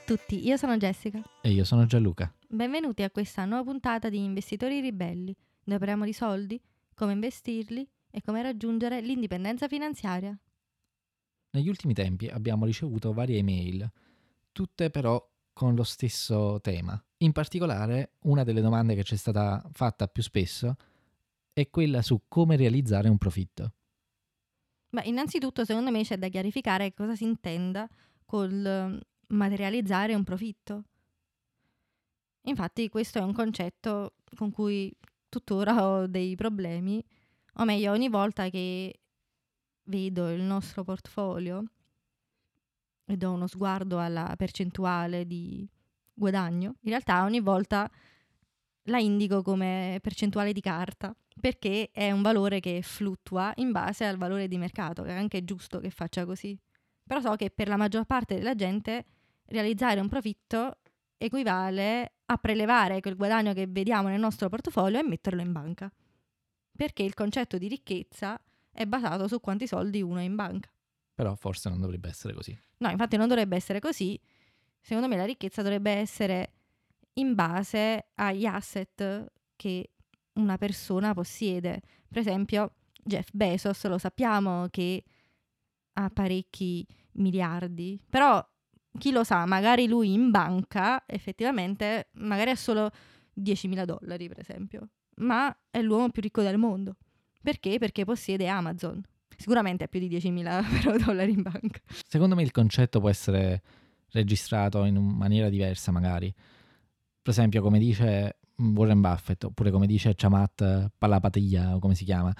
tutti, io sono Jessica. E io sono Gianluca. Benvenuti a questa nuova puntata di Investitori Ribelli, dove parliamo di soldi, come investirli e come raggiungere l'indipendenza finanziaria. Negli ultimi tempi abbiamo ricevuto varie email, tutte però con lo stesso tema. In particolare, una delle domande che ci è stata fatta più spesso è quella su come realizzare un profitto. Ma innanzitutto, secondo me, c'è da chiarificare cosa si intenda col materializzare un profitto. Infatti, questo è un concetto con cui tuttora ho dei problemi, o meglio, ogni volta che vedo il nostro portfolio e do uno sguardo alla percentuale di guadagno, in realtà ogni volta la indico come percentuale di carta, perché è un valore che fluttua in base al valore di mercato, che è anche giusto che faccia così. Però so che per la maggior parte della gente realizzare un profitto equivale a prelevare quel guadagno che vediamo nel nostro portafoglio e metterlo in banca, perché il concetto di ricchezza è basato su quanti soldi uno ha in banca. Però forse non dovrebbe essere così. No, infatti non dovrebbe essere così. Secondo me la ricchezza dovrebbe essere in base agli asset che una persona possiede. Per esempio, Jeff Bezos lo sappiamo che ha parecchi miliardi, però chi lo sa, magari lui in banca effettivamente magari ha solo $10.000, per esempio, ma è l'uomo più ricco del mondo. Perché? Perché possiede Amazon. Sicuramente ha più di $10.000 in banca. Secondo me il concetto può essere registrato in maniera diversa magari. Per esempio, come dice Warren Buffett, oppure come dice Chamath Palihapitiya, o come si chiama.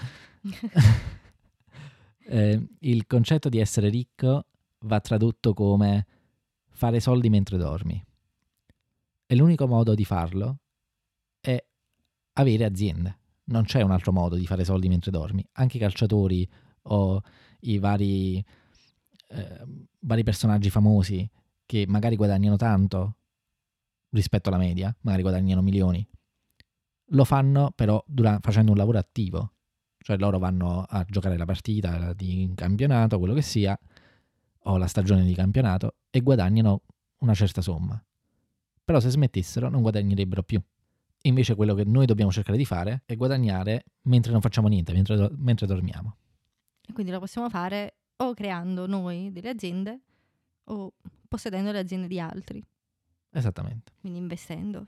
Il concetto di essere ricco va tradotto come fare soldi mentre dormi. E l'unico modo di farlo è avere aziende. Non c'è un altro modo di fare soldi mentre dormi. Anche i calciatori o i vari personaggi famosi che magari guadagnano tanto rispetto alla media, magari guadagnano milioni, lo fanno però facendo un lavoro attivo. Cioè loro vanno a giocare la partita di campionato, quello che sia, o la stagione di campionato, e guadagnano una certa somma. Però se smettessero non guadagnerebbero più. Invece quello che noi dobbiamo cercare di fare è guadagnare mentre non facciamo niente, mentre dormiamo. E quindi lo possiamo fare o creando noi delle aziende o possedendo le aziende di altri. Esattamente. Quindi investendo.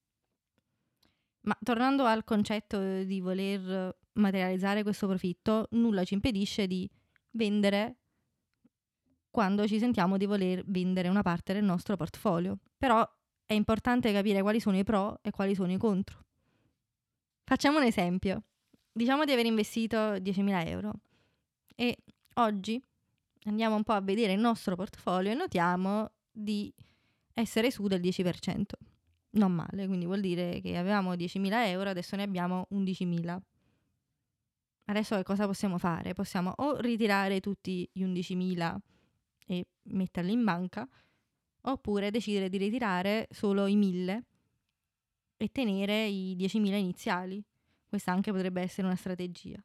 Ma tornando al concetto di voler materializzare questo profitto, nulla ci impedisce di vendere quando ci sentiamo di voler vendere una parte del nostro portfolio. Però è importante capire quali sono i pro e quali sono i contro. Facciamo un esempio. Diciamo di aver investito €10.000 e oggi andiamo un po' a vedere il nostro portfolio e notiamo di essere su del 10%. Non male, quindi vuol dire che avevamo €10.000, adesso ne abbiamo 11.000. Adesso che cosa possiamo fare? Possiamo o ritirare tutti gli 11.000 e metterli in banca, oppure decidere di ritirare solo i 1.000 e tenere i 10.000 iniziali. Questa anche potrebbe essere una strategia.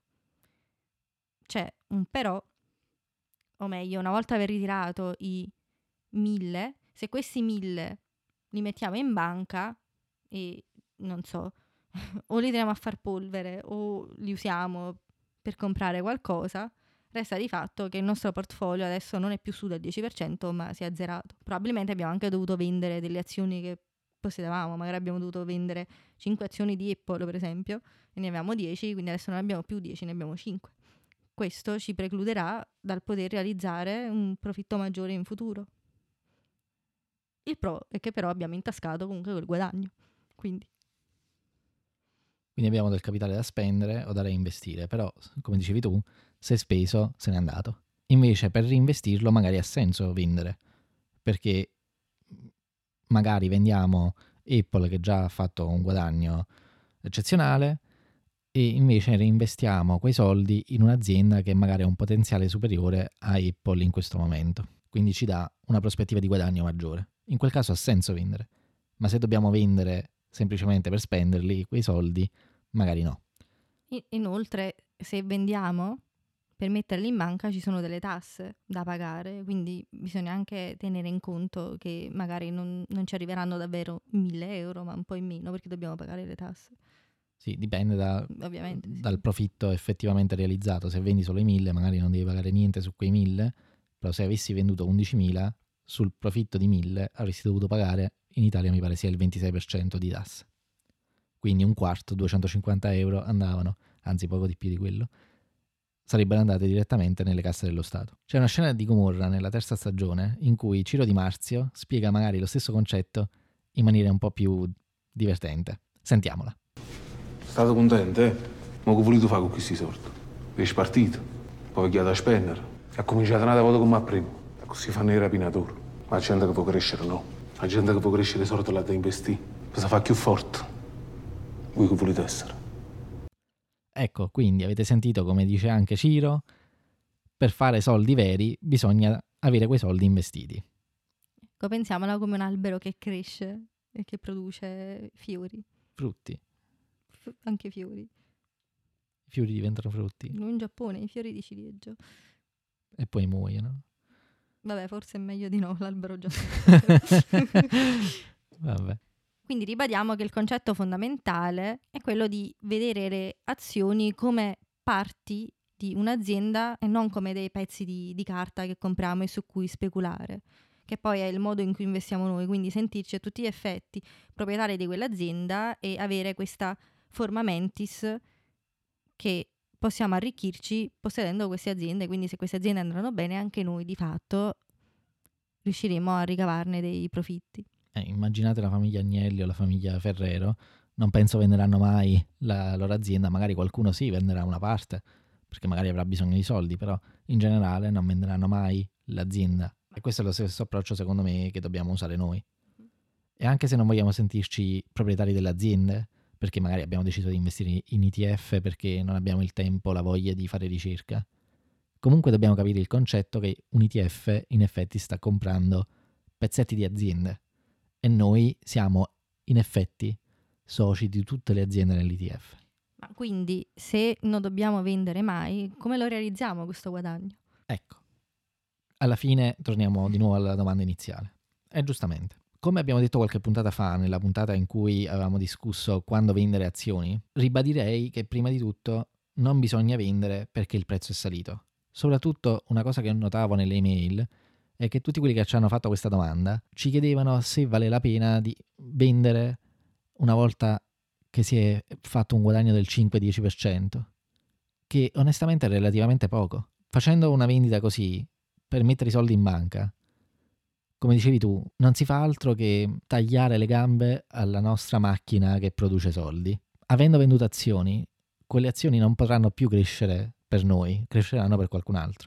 C'è un però, o meglio, una volta aver ritirato i 1.000, se questi 1.000 li mettiamo in banca e, non so, o li tiriamo a far polvere o li usiamo per comprare qualcosa, resta di fatto che il nostro portfolio adesso non è più su del 10%, ma si è azzerato. Probabilmente abbiamo anche dovuto vendere delle azioni che possedevamo, magari abbiamo dovuto vendere 5 azioni di Apple, per esempio, e ne avevamo 10, quindi adesso non abbiamo più 10, ne abbiamo 5. Questo ci precluderà dal poter realizzare un profitto maggiore in futuro. Il pro è che però abbiamo intascato comunque quel guadagno. Quindi abbiamo del capitale da spendere o da reinvestire, però come dicevi tu, se speso se n'è andato. Invece per reinvestirlo magari ha senso vendere, perché magari vendiamo Apple che già ha fatto un guadagno eccezionale e invece reinvestiamo quei soldi in un'azienda che magari ha un potenziale superiore a Apple in questo momento, quindi ci dà una prospettiva di guadagno maggiore. In quel caso ha senso vendere, ma se dobbiamo vendere semplicemente per spenderli quei soldi, magari no. inoltre, se vendiamo per metterli in banca ci sono delle tasse da pagare, quindi bisogna anche tenere in conto che magari non ci arriveranno davvero 1.000 euro, ma un po' in meno, perché dobbiamo pagare le tasse. Sì, dipende Ovviamente, sì. dal profitto effettivamente realizzato. Se vendi solo i 1.000 magari non devi pagare niente su quei 1.000, però se avessi venduto 11.000 sul profitto di 1.000 avresti dovuto pagare, in Italia mi pare sia il 26% di tasse. Quindi un quarto, 250 euro andavano, anzi poco di più di quello, sarebbero andate direttamente nelle casse dello Stato. C'è una scena di Gomorra nella terza stagione in cui Ciro Di Marzio spiega magari lo stesso concetto in maniera un po' più divertente. Sentiamola. State contenti, eh? Ma che volete fare con questi soldi? Vi spartito, poi vi chiedete a spendere. E cominciate una volta come a prima. E così fanno i rapinatori. Ma la gente che può crescere no. La gente che può crescere i soldi la da investire. Cosa fa più forte? Voi che volete essere? Ecco, quindi avete sentito come dice anche Ciro, per fare soldi veri bisogna avere quei soldi investiti. Ecco, pensiamola come un albero che cresce e che produce fiori, Frutti. anche fiori. I fiori diventano frutti In Giappone i fiori di ciliegio. e poi muoiono. Vabbè, forse è meglio di no, l'albero già Vabbè. Quindi ribadiamo che il concetto fondamentale è quello di vedere le azioni come parti di un'azienda e non come dei pezzi di carta che compriamo e su cui speculare, che poi è il modo in cui investiamo noi, quindi sentirci a tutti gli effetti proprietari di quell'azienda e avere questa forma mentis che possiamo arricchirci possedendo queste aziende, quindi se queste aziende andranno bene anche noi di fatto riusciremo a ricavarne dei profitti. Immaginate la famiglia Agnelli o la famiglia Ferrero, non penso venderanno mai la loro azienda, magari qualcuno sì venderà una parte, perché magari avrà bisogno di soldi, però in generale non venderanno mai l'azienda. E questo è lo stesso approccio secondo me che dobbiamo usare noi. E anche se non vogliamo sentirci proprietari delle aziende, perché magari abbiamo deciso di investire in ETF perché non abbiamo il tempo, la voglia di fare ricerca, comunque dobbiamo capire il concetto che un ETF in effetti sta comprando pezzetti di aziende. E noi siamo in effetti soci di tutte le aziende nell'ETF. Ma quindi se non dobbiamo vendere mai, come lo realizziamo questo guadagno? Ecco, alla fine torniamo di nuovo alla domanda iniziale. E giustamente, come abbiamo detto qualche puntata fa, nella puntata in cui avevamo discusso quando vendere azioni, ribadirei che prima di tutto non bisogna vendere perché il prezzo è salito. Soprattutto una cosa che notavo nelle email è che tutti quelli che ci hanno fatto questa domanda ci chiedevano se vale la pena di vendere una volta che si è fatto un guadagno del 5-10%, che onestamente è relativamente poco. Facendo una vendita così, per mettere i soldi in banca, come dicevi tu, non si fa altro che tagliare le gambe alla nostra macchina che produce soldi. Avendo venduto azioni, quelle azioni non potranno più crescere per noi, cresceranno per qualcun altro.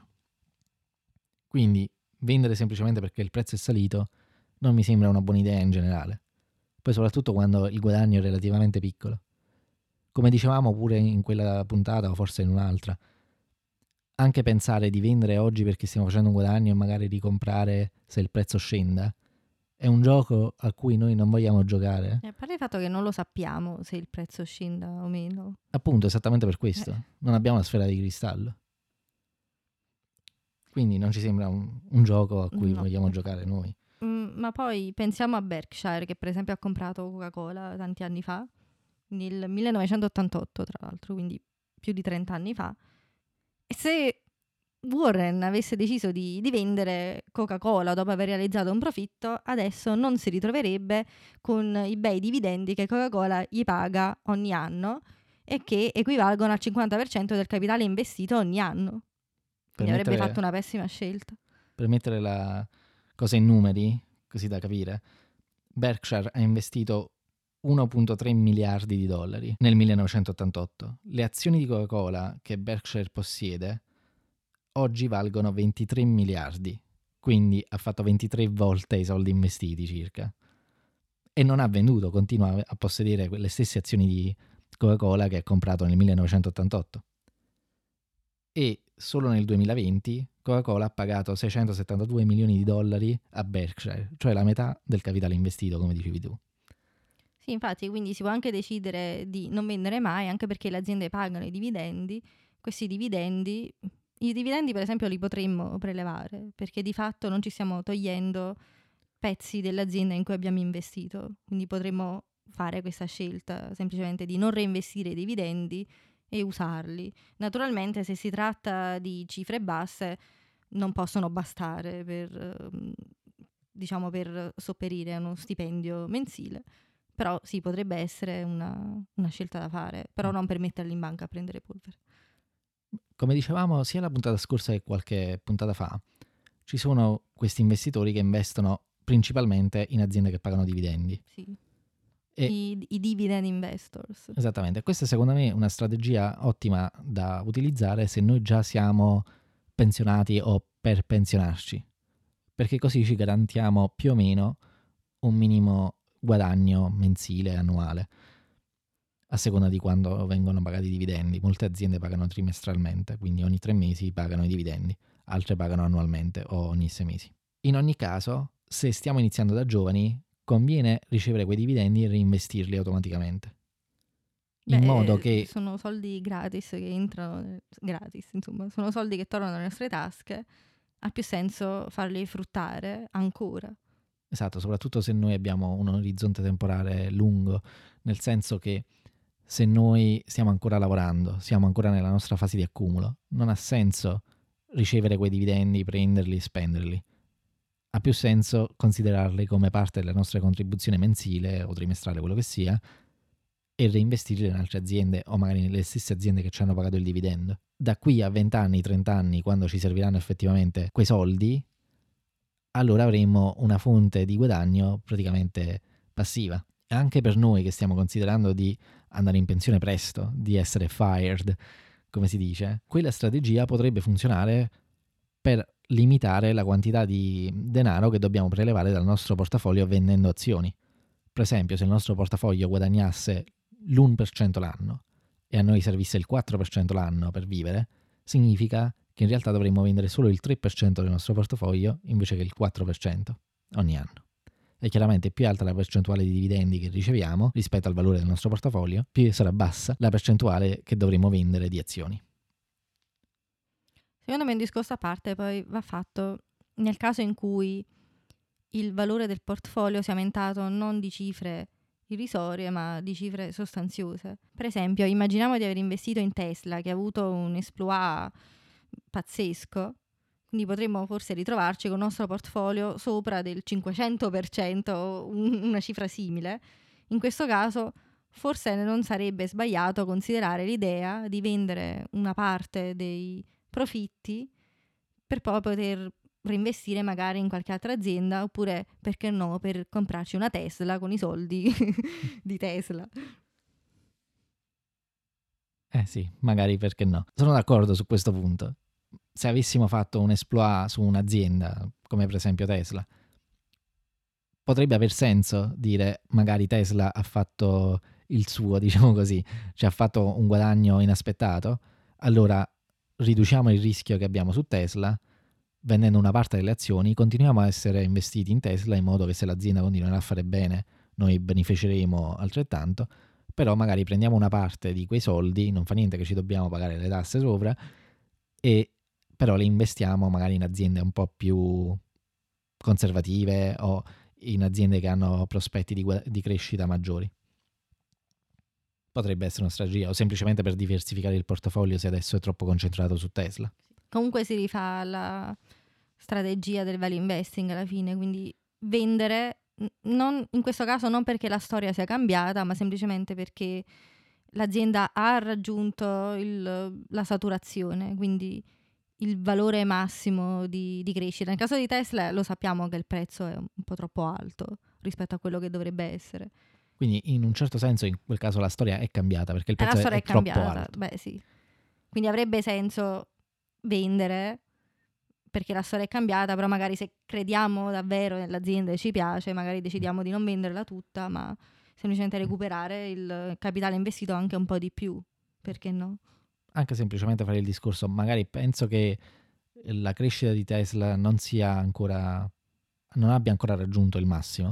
Quindi vendere semplicemente perché il prezzo è salito non mi sembra una buona idea in generale. Poi soprattutto quando il guadagno è relativamente piccolo. Come dicevamo pure in quella puntata o forse in un'altra, anche pensare di vendere oggi perché stiamo facendo un guadagno e magari ricomprare se il prezzo scenda è un gioco a cui noi non vogliamo giocare. A parte il fatto che non lo sappiamo se il prezzo scenda o meno. Appunto, esattamente per questo. Non abbiamo una sfera di cristallo. Quindi non ci sembra un gioco a cui vogliamo giocare noi. Ma poi pensiamo a Berkshire, che per esempio ha comprato Coca-Cola tanti anni fa, nel 1988 tra l'altro, quindi più di 30 anni fa. E se Warren avesse deciso di vendere Coca-Cola dopo aver realizzato un profitto, adesso non si ritroverebbe con i bei dividendi che Coca-Cola gli paga ogni anno e che equivalgono al 50% del capitale investito ogni anno. Quindi avrebbe fatto una pessima scelta. Per mettere la cosa in numeri, così da capire, Berkshire ha investito 1,3 miliardi di dollari nel 1988. Le azioni di Coca-Cola che Berkshire possiede oggi valgono 23 miliardi, quindi ha fatto 23 volte i soldi investiti circa. E non ha venduto, continua a possedere quelle stesse azioni di Coca-Cola che ha comprato nel 1988. E solo nel 2020 Coca-Cola ha pagato 672 milioni di dollari a Berkshire, cioè la metà del capitale investito, come dicevi tu. Sì, infatti, quindi si può anche decidere di non vendere mai, anche perché le aziende pagano i dividendi. Questi dividendi I dividendi, per esempio, li potremmo prelevare, perché di fatto non ci stiamo togliendo pezzi dell'azienda in cui abbiamo investito. Quindi potremmo fare questa scelta semplicemente di non reinvestire i dividendi e usarli. Naturalmente, se si tratta di cifre basse, non possono bastare per sopperire a uno stipendio mensile. Però sì, potrebbe essere una scelta da fare, però non per metterli in banca a prendere polvere. Come dicevamo sia la puntata scorsa che qualche puntata fa, ci sono questi investitori che investono principalmente in aziende che pagano dividendi. Sì. E I dividend investors. esattamente, questa secondo me è una strategia ottima da utilizzare se noi già siamo pensionati o per pensionarci, perché così ci garantiamo più o meno un minimo guadagno mensile, annuale, a seconda di quando vengono pagati i dividendi. Molte aziende pagano trimestralmente, quindi ogni 3 mesi pagano i dividendi, altre pagano annualmente o ogni 6 mesi. In ogni caso, se stiamo iniziando da giovani, conviene ricevere quei dividendi e reinvestirli automaticamente. In modo che sono soldi gratis che entrano gratis, insomma, sono soldi che tornano alle nostre tasche, ha più senso farli fruttare ancora. esatto, soprattutto se noi abbiamo un orizzonte temporale lungo, nel senso che se noi stiamo ancora lavorando, siamo ancora nella nostra fase di accumulo, non ha senso ricevere quei dividendi, prenderli, spenderli. Ha più senso considerarli come parte della nostra contribuzione mensile o trimestrale, quello che sia, e reinvestirli in altre aziende o magari nelle stesse aziende che ci hanno pagato il dividendo. Da qui a 20 anni, 30 anni, quando ci serviranno effettivamente quei soldi, allora avremo una fonte di guadagno praticamente passiva. E anche per noi che stiamo considerando di andare in pensione presto, di essere fired, come si dice, quella strategia potrebbe funzionare per limitare la quantità di denaro che dobbiamo prelevare dal nostro portafoglio vendendo azioni. Per esempio, se il nostro portafoglio guadagnasse l'1% l'anno e a noi servisse il 4% l'anno per vivere, significa che in realtà dovremmo vendere solo il 3% del nostro portafoglio invece che il 4% ogni anno. E chiaramente più è alta la percentuale di dividendi che riceviamo rispetto al valore del nostro portafoglio, più sarà bassa la percentuale che dovremo vendere di azioni. Secondo me un discorso a parte poi va fatto nel caso in cui il valore del portfolio sia aumentato non di cifre irrisorie ma di cifre sostanziose. Per esempio, immaginiamo di aver investito in Tesla che ha avuto un exploit pazzesco, quindi potremmo forse ritrovarci con il nostro portfolio sopra del 500% o una cifra simile. In questo caso forse non sarebbe sbagliato considerare l'idea di vendere una parte dei profitti per poi poter reinvestire magari in qualche altra azienda, oppure perché no per comprarci una Tesla con i soldi di Tesla. Sì, magari perché no. Sono d'accordo su questo punto. Se avessimo fatto un exploit su un'azienda, come per esempio Tesla, potrebbe aver senso dire magari Tesla ha fatto il suo, diciamo così, cioè ha fatto un guadagno inaspettato, allora riduciamo il rischio che abbiamo su Tesla, vendendo una parte delle azioni, continuiamo a essere investiti in Tesla in modo che se l'azienda continuerà a fare bene noi beneficeremo altrettanto, però magari prendiamo una parte di quei soldi, non fa niente che ci dobbiamo pagare le tasse sopra, e però le investiamo magari in aziende un po' più conservative o in aziende che hanno prospetti di crescita maggiori. Potrebbe essere una strategia, o semplicemente per diversificare il portafoglio se adesso è troppo concentrato su Tesla. Comunque si rifà alla strategia del value investing alla fine, quindi vendere, in questo caso non perché la storia sia cambiata, ma semplicemente perché l'azienda ha raggiunto la saturazione, quindi il valore massimo di crescita. Nel caso di Tesla lo sappiamo che il prezzo è un po' troppo alto rispetto a quello che dovrebbe essere. Quindi in un certo senso in quel caso la storia è cambiata perché il La prezzo storia è troppo cambiata, alto. beh sì. Quindi avrebbe senso vendere perché la storia è cambiata, però magari se crediamo davvero nell'azienda e ci piace, magari decidiamo di non venderla tutta, ma semplicemente recuperare il capitale investito anche un po' di più, perché no? Anche semplicemente fare il discorso, magari penso che la crescita di Tesla non abbia ancora raggiunto il massimo,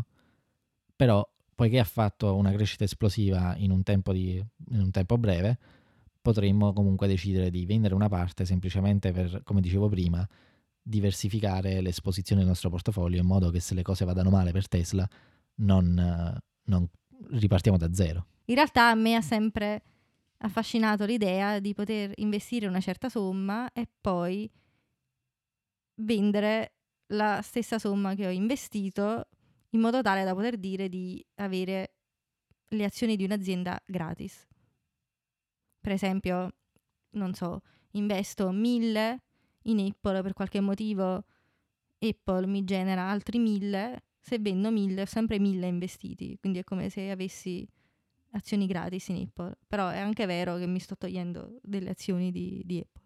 però poiché ha fatto una crescita esplosiva in un tempo breve, potremmo comunque decidere di vendere una parte semplicemente per, come dicevo prima, diversificare l'esposizione del nostro portafoglio in modo che se le cose vadano male per Tesla non ripartiamo da zero. In realtà a me ha sempre affascinato l'idea di poter investire una certa somma e poi vendere la stessa somma che ho investito in modo tale da poter dire di avere le azioni di un'azienda gratis. Per esempio, non so, investo 1.000 in Apple, per qualche motivo Apple mi genera altri 1.000, se vendo 1.000 ho sempre 1.000 investiti, quindi è come se avessi azioni gratis in Apple. Però è anche vero che mi sto togliendo delle azioni di Apple.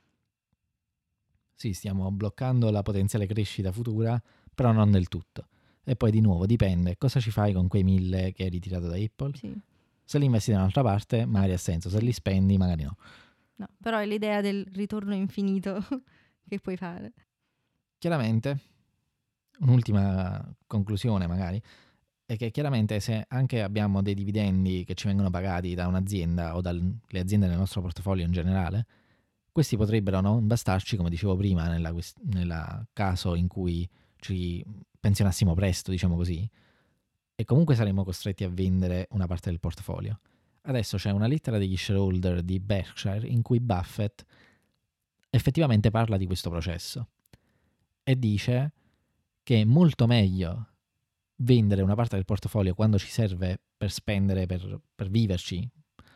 Sì, stiamo bloccando la potenziale crescita futura, però non del tutto. E poi di nuovo dipende cosa ci fai con quei 1.000 che hai ritirato da Apple. Sì. Se li investi da un'altra parte magari ha senso, se li spendi magari no. No, però è l'idea del ritorno infinito che puoi fare. Chiaramente, un'ultima conclusione magari, è che chiaramente se anche abbiamo dei dividendi che ci vengono pagati da un'azienda o dalle aziende nel nostro portafoglio in generale, questi potrebbero non bastarci, come dicevo prima, nella caso in cui ci pensionassimo presto, diciamo così, e comunque saremmo costretti a vendere una parte del portafoglio. Adesso c'è una lettera degli shareholder di Berkshire in cui Buffett effettivamente parla di questo processo e dice che è molto meglio vendere una parte del portafoglio quando ci serve per spendere, per viverci,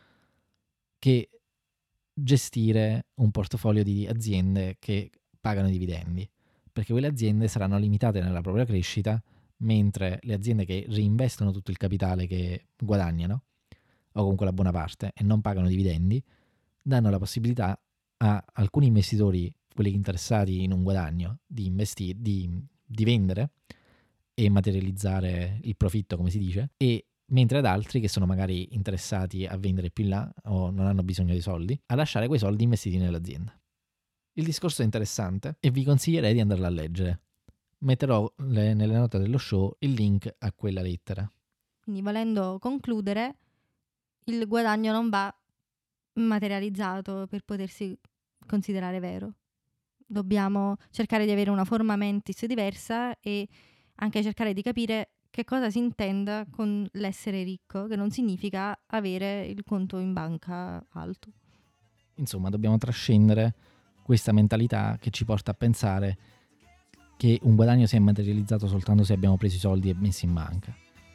che gestire un portafoglio di aziende che pagano i dividendi, perché quelle aziende saranno limitate nella propria crescita, mentre le aziende che reinvestono tutto il capitale che guadagnano, o comunque la buona parte, e non pagano dividendi, danno la possibilità a alcuni investitori, quelli interessati in un guadagno, di vendere e materializzare il profitto, come si dice, e mentre ad altri che sono magari interessati a vendere più in là o non hanno bisogno di soldi, a lasciare quei soldi investiti nell'azienda. Il discorso è interessante e vi consiglierei di andarla a leggere. Metterò nelle note dello show il link a quella lettera. Quindi, volendo concludere, il guadagno non va materializzato per potersi considerare vero. Dobbiamo cercare di avere una forma mentis diversa e anche cercare di capire che cosa si intenda con l'essere ricco, che non significa avere il conto in banca alto. Insomma, dobbiamo trascendere questa mentalità che ci porta a pensare che un guadagno si è materializzato soltanto se abbiamo preso i soldi e messi in banca.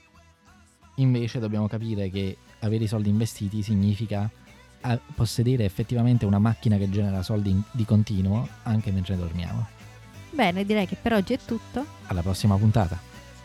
Invece dobbiamo capire che avere i soldi investiti significa possedere effettivamente una macchina che genera soldi di continuo anche mentre dormiamo. Bene, direi che per oggi è tutto. Alla prossima puntata.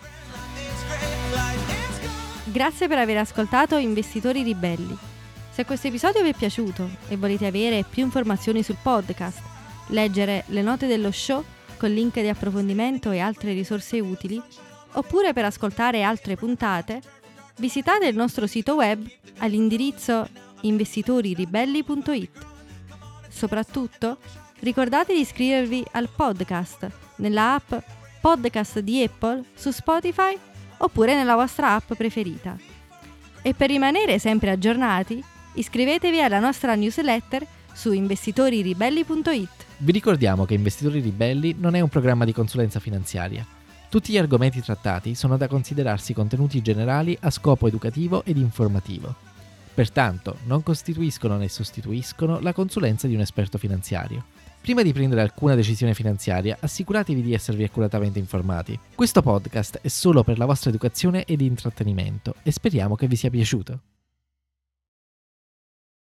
Grazie per aver ascoltato Investitori Ribelli. Se questo episodio vi è piaciuto e volete avere più informazioni sul podcast, leggere le note dello show con link di approfondimento e altre risorse utili, oppure per ascoltare altre puntate, visitate il nostro sito web all'indirizzo investitoriribelli.it. Soprattutto, ricordate di iscrivervi al podcast nella app Podcast di Apple su Spotify oppure nella vostra app preferita. E per rimanere sempre aggiornati, iscrivetevi alla nostra newsletter su investitoriribelli.it. Vi ricordiamo che Investitori Ribelli non è un programma di consulenza finanziaria. Tutti gli argomenti trattati sono da considerarsi contenuti generali a scopo educativo ed informativo. Pertanto, non costituiscono né sostituiscono la consulenza di un esperto finanziario. Prima di prendere alcuna decisione finanziaria, assicuratevi di esservi accuratamente informati. Questo podcast è solo per la vostra educazione ed intrattenimento e speriamo che vi sia piaciuto.